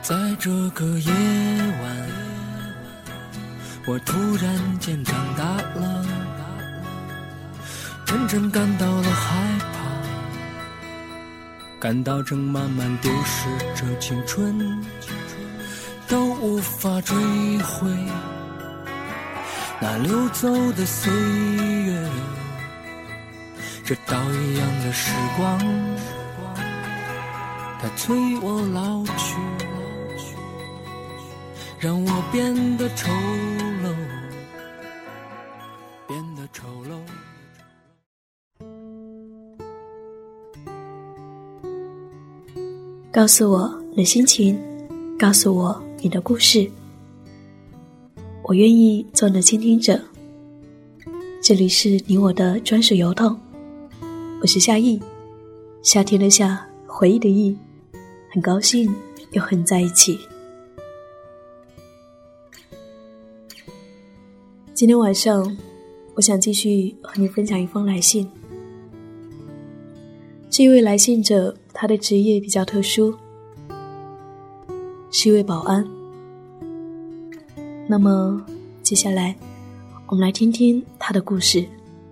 在这个夜晚，我突然间长大了，真正感到了害怕，感到正慢慢丢失着青春，都无法追回那流走的岁月，这刀一样的时光，它催我老去，让我变得丑陋，变得丑陋。 告诉我你的心情，告诉我你的故事，我愿意做你的倾听者。这里是你我的专属邮筒，我是夏意，夏天的夏，回忆的忆，很高兴又和你在一起。今天晚上我想继续和你分享一封来信。这一位来信者，他的职业比较特殊，是一位保安。那么接下来我们来听听他的故事。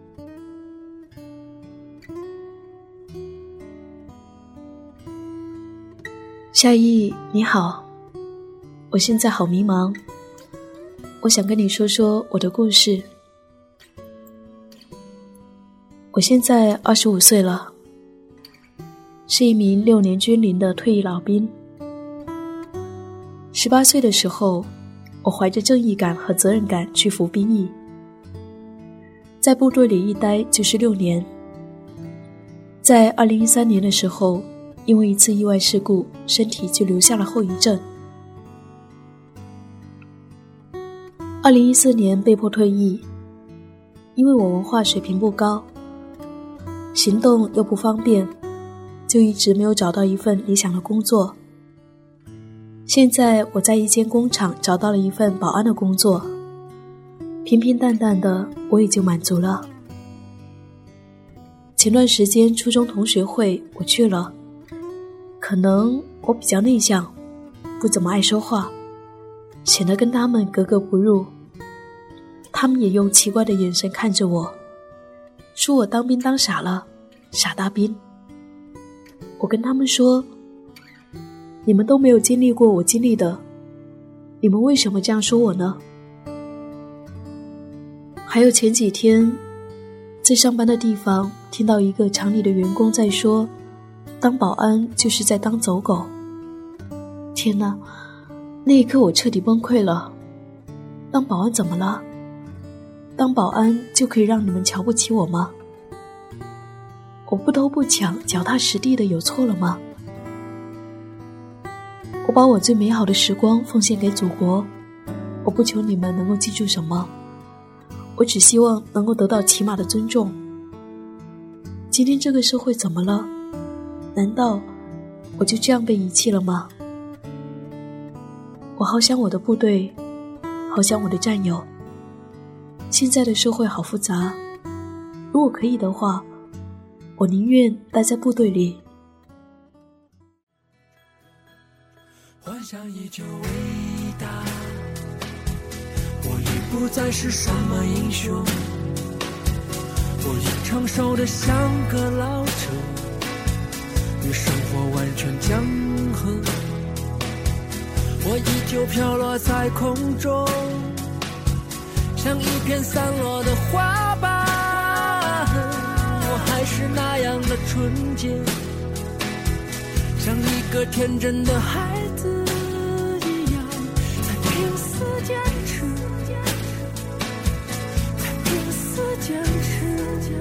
夏意，你好，我现在好迷茫，我想跟你说说我的故事。我现在25岁了，是一名6年军龄的退役老兵。18岁的时候，我怀着正义感和责任感去服兵役，在部队里一待就是6年。在2013年的时候，因为一次意外事故，身体就留下了后遗症。2014年被迫退役，因为我文化水平不高，行动又不方便，就一直没有找到一份理想的工作。现在我在一间工厂找到了一份保安的工作，平平淡淡的我也就满足了。前段时间初中同学会我去了，可能我比较内向，不怎么爱说话，显得跟他们格格不入。他们也用奇怪的眼神看着我，说我当兵当傻了，傻大兵。我跟他们说，你们都没有经历过我经历的，你们为什么这样说我呢？还有前几天在上班的地方听到一个厂里的员工在说，当保安就是在当走狗。天哪，那一刻我彻底崩溃了。当保安怎么了？当保安就可以让你们瞧不起我吗？我不偷不抢，脚踏实地的有错了吗？我把我最美好的时光奉献给祖国，我不求你们能够记住什么，我只希望能够得到起码的尊重。今天这个社会怎么了？难道我就这样被遗弃了吗？我好想我的部队，好想我的战友。现在的社会好复杂，如果可以的话，我宁愿待在部队里。 幻想依旧伟大，我已不再是什么英雄，我已成熟得像个老者，与生活完全僵衡。我依旧飘落在空中，像一片散落的花瓣，我还是那样的纯洁，像一个天真的孩子一样，在拼死坚持，在拼死坚持。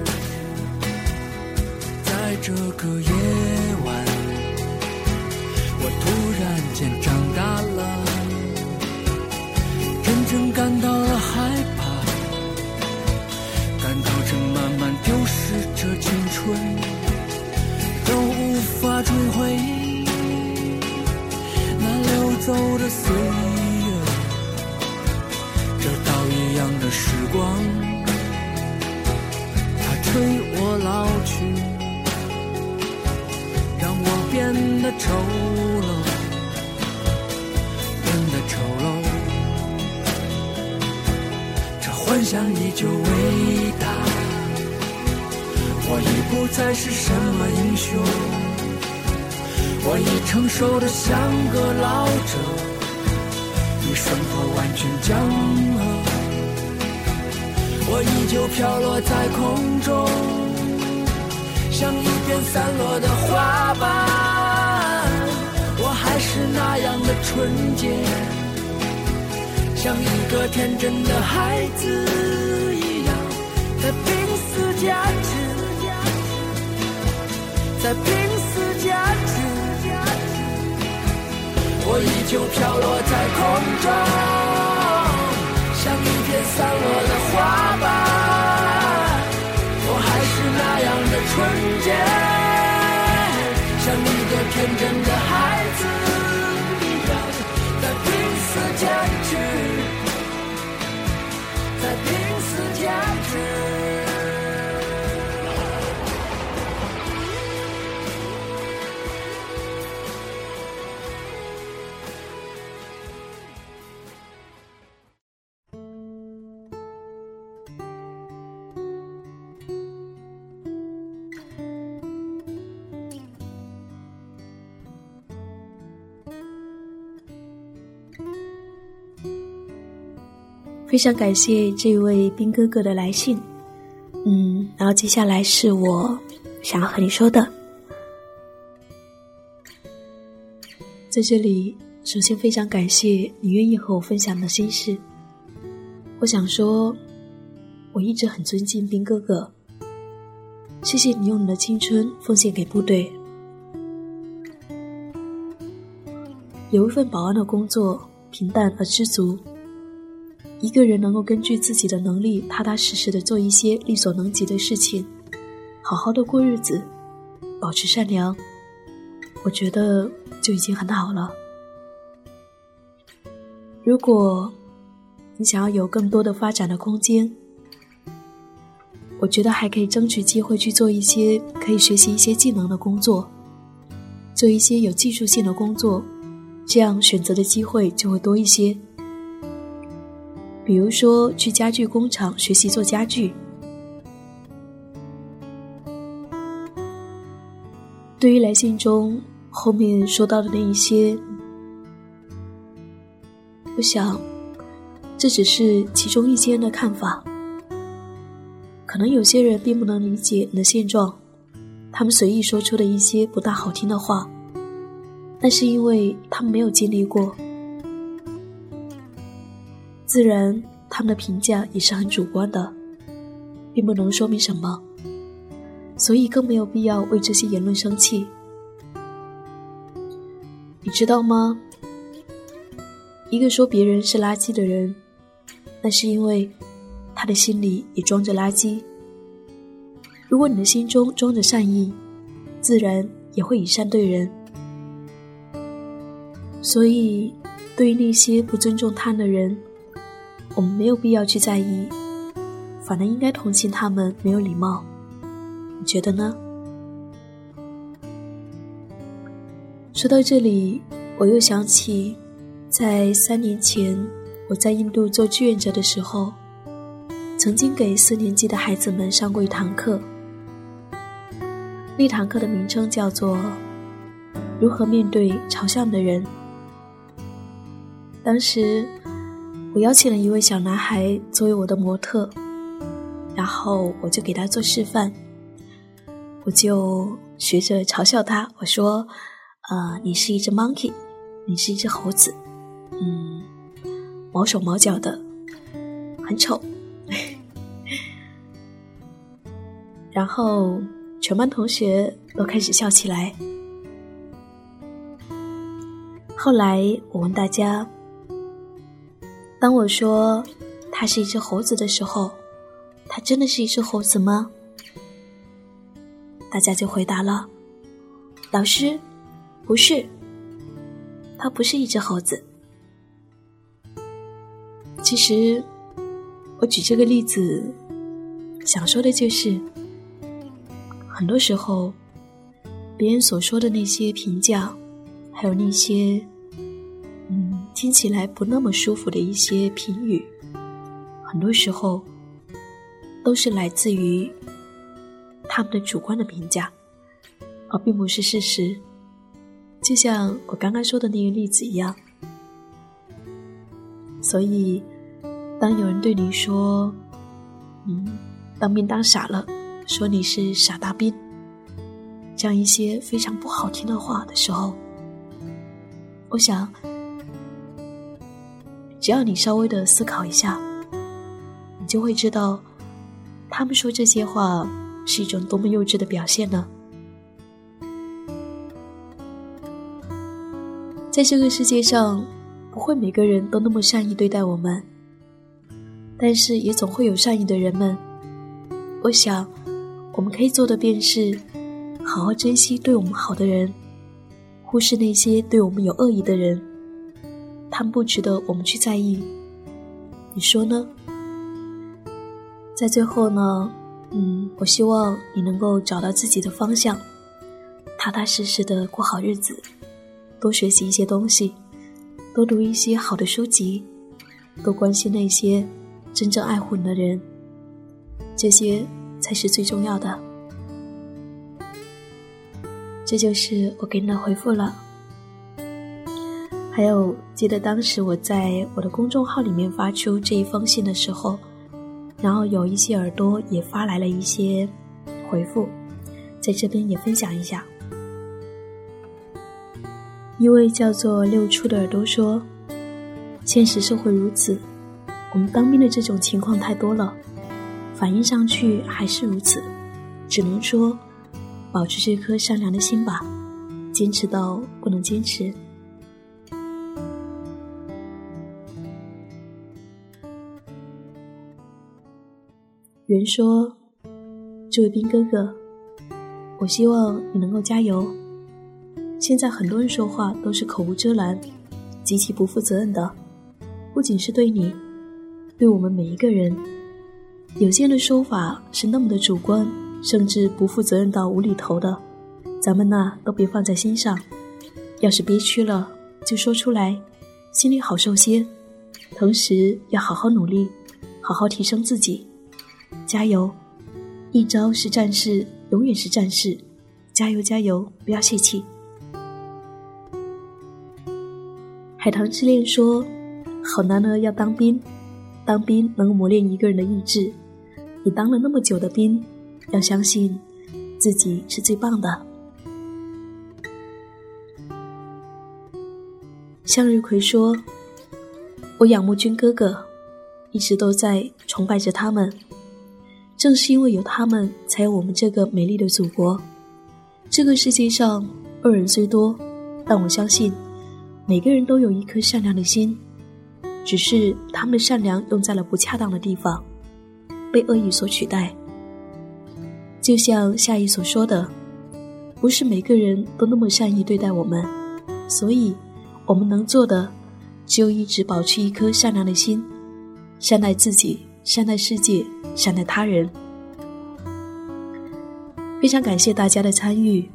在这个夜晚，我突然间长大了，真正感到了害怕，感到正慢慢丢失着青春，都无法追回那流走的岁月，这刀一样的时光，它催我老去，让我变得丑陋， 幻想依旧伟大。我已不再是什么英雄，我已成熟的像个老者，与生活完全僵硬。我依旧飘落在空中，像一片散落的花瓣。我还是那样的纯洁，像一个天真的孩子一样，在拼死夹击，在拼死夹击。我依旧飘落在空中，像一片散落的花瓣。我还是那样的纯洁，像一个天真的孩子一样，在拼死夹击，在拼死夹击。 非常感谢这位兵哥哥的来信，然后接下来是我想要和你说的。在这里，首先非常感谢你愿意和我分享的心事。我想说，我一直很尊敬兵哥哥，谢谢你用你的青春奉献给部队。有一份保安的工作，平淡而知足。一个人能够根据自己的能力踏踏实实地做一些力所能及的事情，好好的过日子，保持善良，我觉得就已经很好了。如果你想要有更多的发展的空间，我觉得还可以争取机会去做一些可以学习一些技能的工作，做一些有技术性的工作，这样选择的机会就会多一些。比如说去家具工厂学习做家具。对于来信中后面说到的那一些，我想这只是其中一些人的看法，可能有些人并不能理解你的现状，他们随意说出的一些不大好听的话，那是因为他们没有经历过，自然他们的评价也是很主观的，并不能说明什么，所以更没有必要为这些言论生气。你知道吗？一个说别人是垃圾的人，那是因为他的心里也装着垃圾。如果你的心中装着善意，自然也会以善对人。所以对于那些不尊重他人的人，我们没有必要去在意，反而应该同情他们没有礼貌。你觉得呢？说到这里，我又想起在3年前我在印度做志愿者的时候，曾经给4年级的孩子们上过一堂课。那堂课的名称叫做如何面对嘲笑的人。当时我邀请了一位小男孩作为我的模特，然后我就给他做示范，我就学着嘲笑他，我说你是一只 monkey， 你是一只猴子，毛手毛脚的，很丑。然后全班同学都开始笑起来。后来我问大家，当我说他是一只猴子的时候，他真的是一只猴子吗？大家就回答了，老师，不是，他不是一只猴子。其实我举这个例子想说的就是，很多时候别人所说的那些评价，还有那些听起来不那么舒服的一些评语， 很多时候都是来自于他们的主观的评价，而并不是事实。就像我刚刚说的那个例子一样，所以当有人对你说当兵当傻了，说你是傻大兵，这样一些非常不好听的话的时候，我想只要你稍微的思考一下，你就会知道他们说这些话是一种多么幼稚的表现呢。在这个世界上，不会每个人都那么善意对待我们，但是也总会有善意的人们。我想我们可以做的便是好好珍惜对我们好的人，忽视那些对我们有恶意的人，他们不值得我们去在意，你说呢？在最后呢，我希望你能够找到自己的方向，踏踏实实的过好日子，多学习一些东西，多读一些好的书籍，多关心那些真正爱护你的人，这些才是最重要的。这就是我给你的回复了。还有，记得当时我在我的公众号里面发出这一封信的时候，然后有一些耳朵也发来了一些回复，在这边也分享一下。一位叫做六初的耳朵说，现实社会如此，我们当兵的这种情况太多了，反映上去还是如此，只能说保持这颗善良的心吧，坚持到不能坚持。袁说，这位兵哥哥，我希望你能够加油。现在很多人说话都是口无遮拦，极其不负责任的，不仅是对你，对我们每一个人。有些人的说法是那么的主观，甚至不负责任到无厘头的，咱们都别放在心上。要是憋屈了就说出来，心里好受些，同时要好好努力，好好提升自己。加油，一朝是战士，永远是战士，加油加油，不要泄气。海棠之恋说，好难得要当兵，当兵能磨练一个人的意志，你当了那么久的兵，要相信自己是最棒的。向日葵说，我仰慕军哥哥，一直都在崇拜着他们，正是因为有他们，才有我们这个美丽的祖国。这个世界上恶人虽多，但我相信每个人都有一颗善良的心，只是他们的善良用在了不恰当的地方，被恶意所取代。就像夏意所说的，不是每个人都那么善意对待我们，所以我们能做的只有一直保持一颗善良的心，善待自己，善待世界，善待他人。非常感谢大家的参与。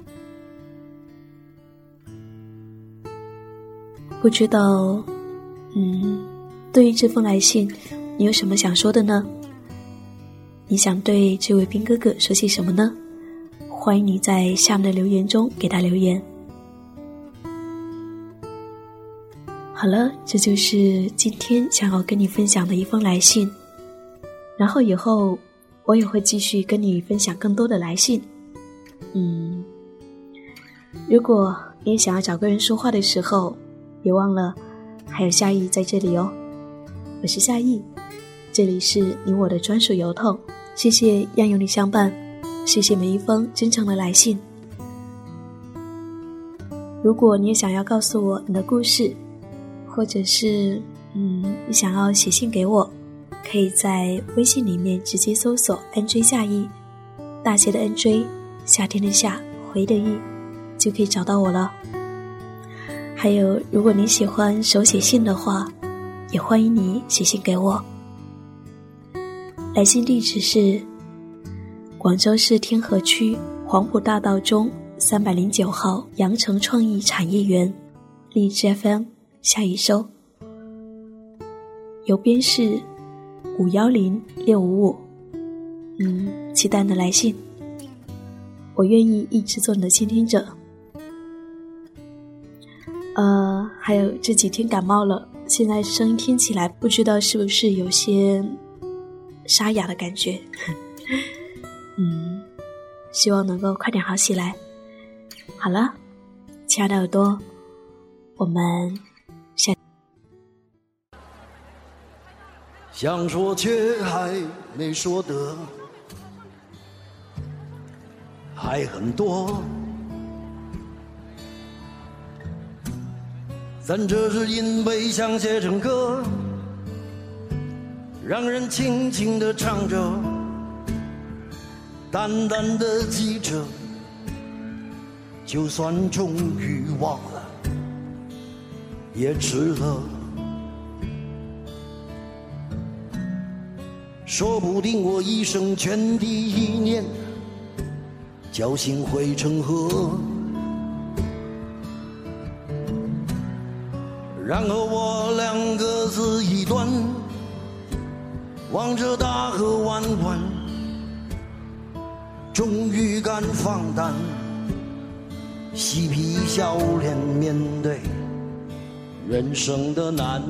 不知道对于这封来信你有什么想说的呢？你想对这位兵哥哥说些什么呢？欢迎你在下面的留言中给他留言。好了，这就是今天想要跟你分享的一封来信，然后以后我也会继续跟你分享更多的来信。如果你也想要找个人说话的时候，别忘了还有夏意在这里哦。我是夏意，这里是你我的专属邮筒。谢谢让有你相伴，谢谢每一封真诚的来信。如果你也想要告诉我你的故事，或者是你想要写信给我，可以在微信里面直接搜索 NJ 夏意，大写的 NJ， 夏天的夏，回的意，就可以找到我了。还有，如果你喜欢手写信的话，也欢迎你写信给我。来信地址是广州市天河区黄埔大道中309号羊城创意产业园，荔枝 FM 夏雨收。邮编是 510-655。期待你的来信，我愿意一直做你的倾听者。还有这几天感冒了，现在声音听起来不知道是不是有些沙哑的感觉。希望能够快点好起来。好了，亲爱的耳朵，我们想说却还没说的还很多，咱这是因为想写成歌，让人轻轻地唱着，淡淡的记着，就算终于忘了也值了。说不定我一生全第一念侥幸汇成河，然后我俩各自一端，望着大河弯弯，终于敢放胆嬉皮笑脸面对人生的难。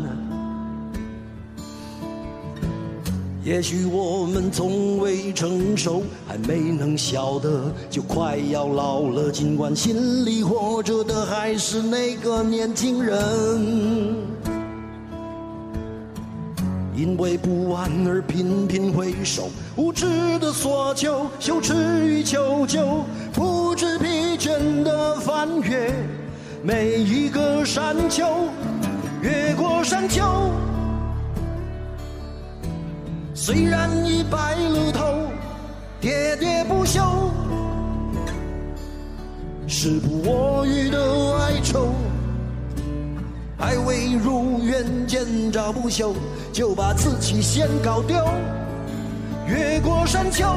也许我们从未成熟，还没能晓得就快要老了，尽管心里活着的还是那个年轻人。因为不安而频频回首，无知的索求，羞耻与求救，不知疲倦的翻越每一个山丘，越过山丘。虽然已白了头，喋喋不休，时不我予的哀愁，还未如愿见着不朽，就把自己先搞丢。越过山丘，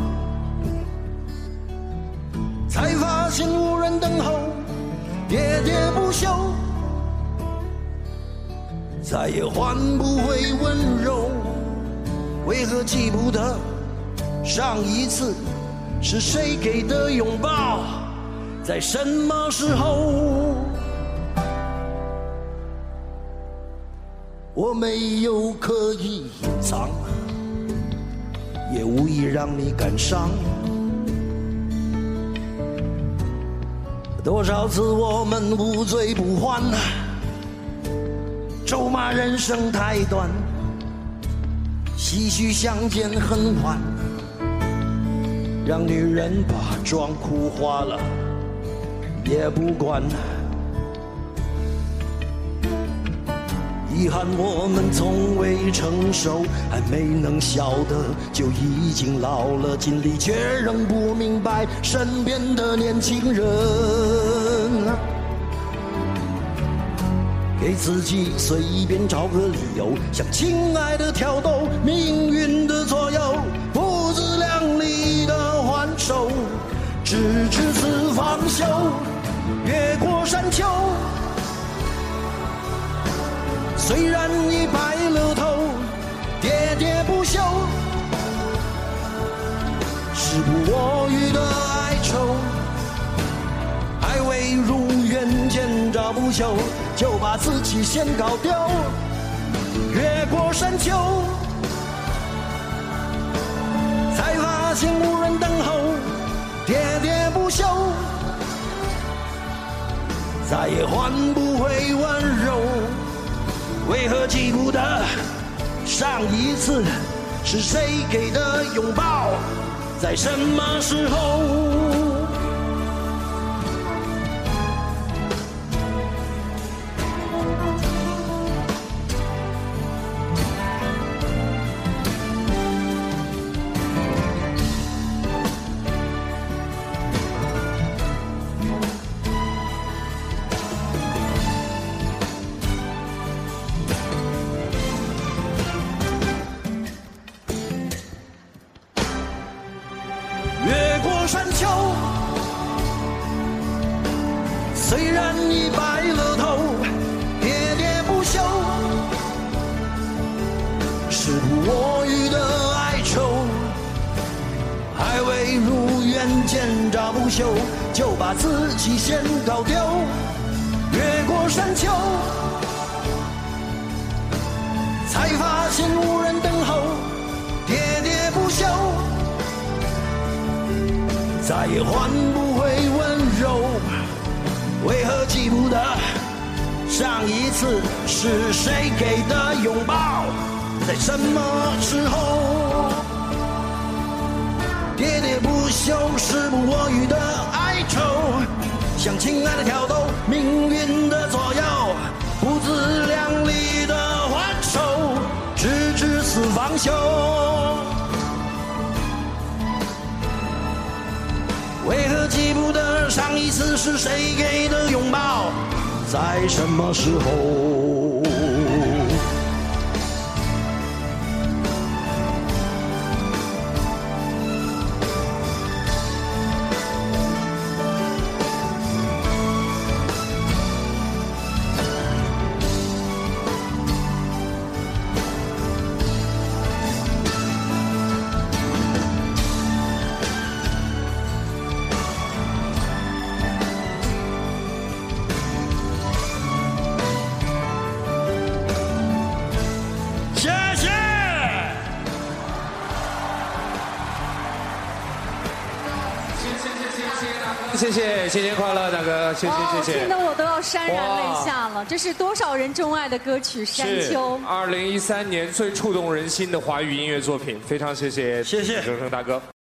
才发现无人等候，喋喋不休，再也换不回温柔。为何记不得上一次是谁给的拥抱，在什么时候？我没有刻意隐藏，也无意让你感伤。多少次我们无醉不欢，咒骂人生太短，唏嘘相见恨晚，让女人把妆哭花了也不管。遗憾我们从未成熟，还没能晓得就已经老了，尽力却仍不明白身边的年轻人。给自己随便找个理由，向亲爱的挑逗，命运的左右，不自量力的还手，直至此方休。越过山丘，虽然已白了头，喋喋不休，时不我予的哀愁，还未如愿见着不朽，就把自己先搞丢。越过山丘，才发现无人等候，喋喋不休，再也换不回温柔。为何记不得上一次是谁给的拥抱，在什么时候？山丘，虽然已白了头，喋喋不休，时不我话不休，就把自己先搞丢。越过山丘，才发现无人等候，喋喋不休，再也换不回温柔。为何记不得上一次是谁给的拥抱，在什么时候？喋喋不休，时不我予的哀愁，像亲爱的挑逗命运的左右，不自量力的还手，直至死方休。为何记不得上一次是谁给的拥抱，在什么时候？ 谢谢，新年快乐，大哥，谢谢谢谢。 听得我都要潸然泪下了。这是多少人钟爱的歌曲《山丘》。 2013年最触动人心的华语音乐作品，非常谢谢， 谢谢， 铮铮大哥。